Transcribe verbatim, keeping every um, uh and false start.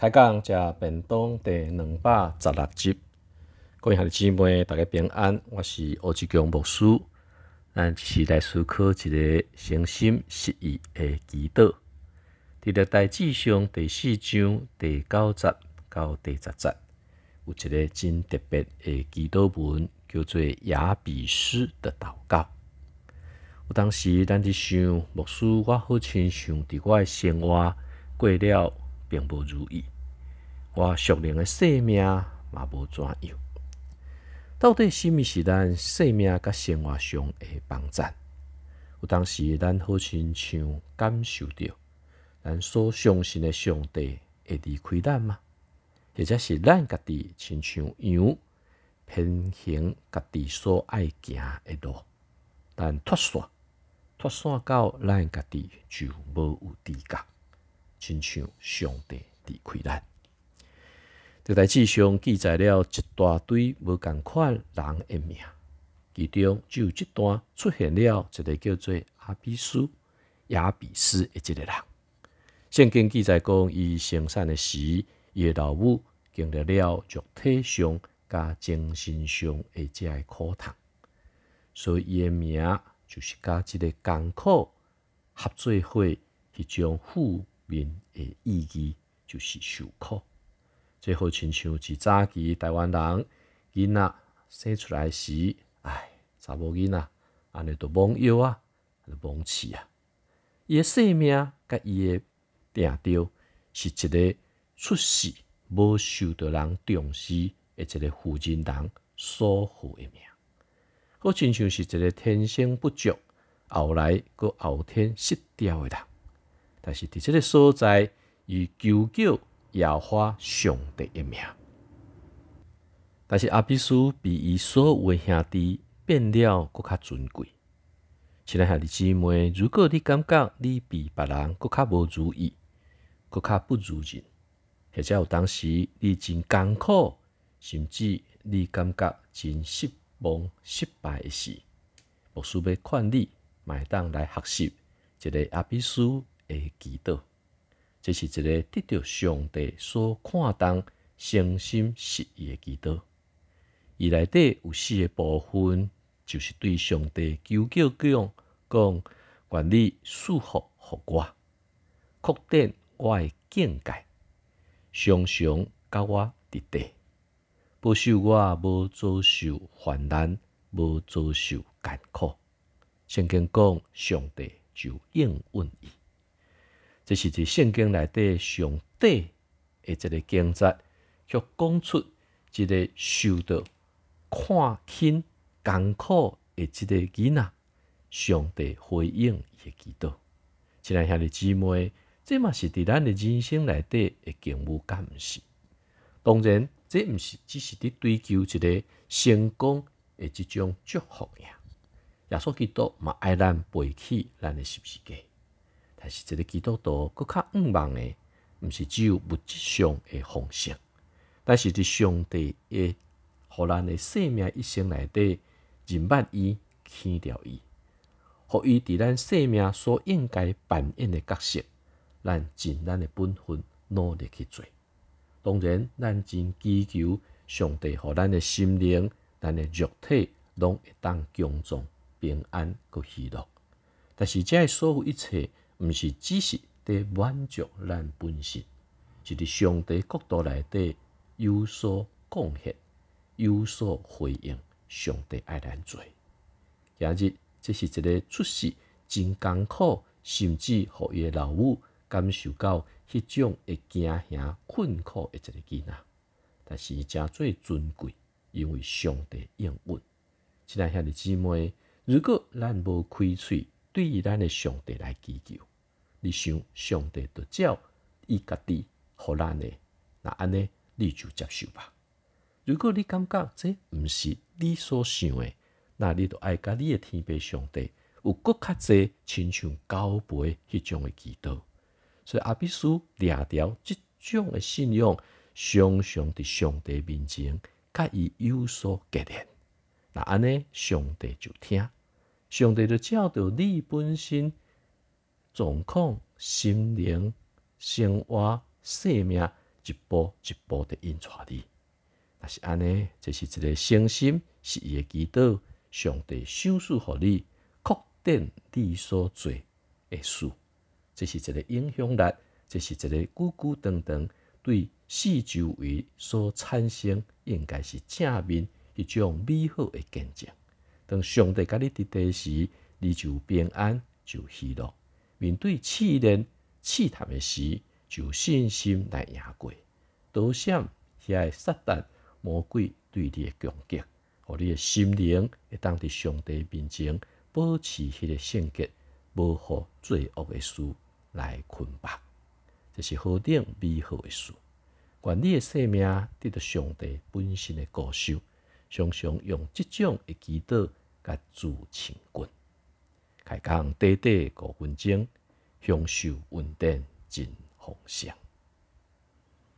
开讲食便当第两百十六集，各位兄弟姊妹，大家平安。我是欧志强牧师，咱是来思考一个诚心实意的祈祷。伫《大致上》第四章第九节到第十节，有一个真特别的祈祷文，叫做雅比斯的祷告。有当时咱伫想，牧师，我好亲像伫我的生活过了并无如意，我属灵的生命嘛无怎样。到底什么是咱生命甲生活上的帮助？有当时咱好亲像感受到，咱所相信的上帝会离开咱吗？或者是咱家己亲像羊，偏行家己所爱行的路，但脱线，脱线到咱家己就无有知觉，亲像上帝离开咱。这代志上记载了一大堆无同款人的名，其中只有这段出现了一个叫做阿比斯、雅比斯的这个人。圣经记载讲，伊生产的时，伊的老母经历了肉体上加精神上的这个苦痛，所以伊的名就是甲这个艰苦合做伙，迄种负面的意义就是受苦。这好亲像是早期台湾人囡仔生出来时，哎，查某囡仔安尼都懵腰啊，懵气啊。伊的生命甲伊的定调是一个出世无受到人重视的一个负人人所负的命，好亲像是一个天生不足，后来搁后天失掉的人。但是伫这个所在，伊求救耶和华上帝的名，但是阿比斯比伊所有的兄弟变了搁较尊贵。亲爱兄弟姊妹，如果你感觉你比别人搁较无如意，搁较不如人，或者有当时你真艰苦，甚至你感觉真失望、失败的时，牧师要劝你，嘛会当来学习一个阿比斯的祈祷。这是一个得到上帝所看重、诚心实意的祈祷。伊内底有四个部分，就是对上帝求救讲，讲愿你赐福予我，扩展我的境界，常常甲我伫地，保守我无遭受患难，无遭受艰苦。圣经讲，上帝就应允伊。这是伫圣经内底上底的一个经节，却讲出一个受到看轻艰苦的这个囡仔，上帝回应伊的祈祷。亲爱兄弟姊妹，这嘛是伫咱的人生内底的经悟，敢毋是？当然，这毋是只是伫追求一个成功的这种祝福尔。耶稣基督嘛爱咱背起咱的十字架。但是一个基督徒搁较仰望的，毋是只有物质上的丰盛，但是伫上帝的互咱的生命一生内底，认捌伊、牵着伊，互伊伫咱生命所应该扮演的角色，咱尽咱的本分，努力去做。当然，咱真祈求上帝互咱的心灵、咱的肉体，拢会当强壮、平安、佮喜乐。但是，这所有一切，毋是只是伫满足咱本身，是伫上帝角度内底有所贡献、有所回应。上帝爱咱做。今日这是一个出世真艰苦，甚至互伊的老母感受到迄种会惊吓、困苦的一个囡仔，但是真最尊贵，因为上帝应允。亲爱兄弟姊妹，如果咱无开喙，对于咱的上帝来祈求，你想上帝就照伊家己互咱的，那安尼你就接受吧。如果你感觉这毋是你所想的，那你就爱甲你的天父上帝有搁较济亲像交陪迄种的祈祷。所以阿比斯掠条这种的信仰，常常伫上帝面前，甲伊有所结连。那安尼上帝就听。上帝就照着你本身状况、心灵、生活、生命一步一步地引带你。若是安尼，这是一个诚心实意的祈祷，上帝赏赐互你，确定你所做的事。这是一个影响力，这是一个久久长长对四周围所产生，应该是正面一种美好的见证。当上帝甲你伫地时，你就平安，就喜乐；面对试炼、试探的时，就信心来赢过。躲闪遐个撒旦、魔鬼对你的攻击，互你的心灵会当伫上帝面前保持迄个圣洁，无互罪恶的事来捆绑。这是何等美好的事！愿你的生命得到上帝本身的固守，常常用这种的祈祷甲主亲近。开工短短五分钟，享受稳定真丰盛。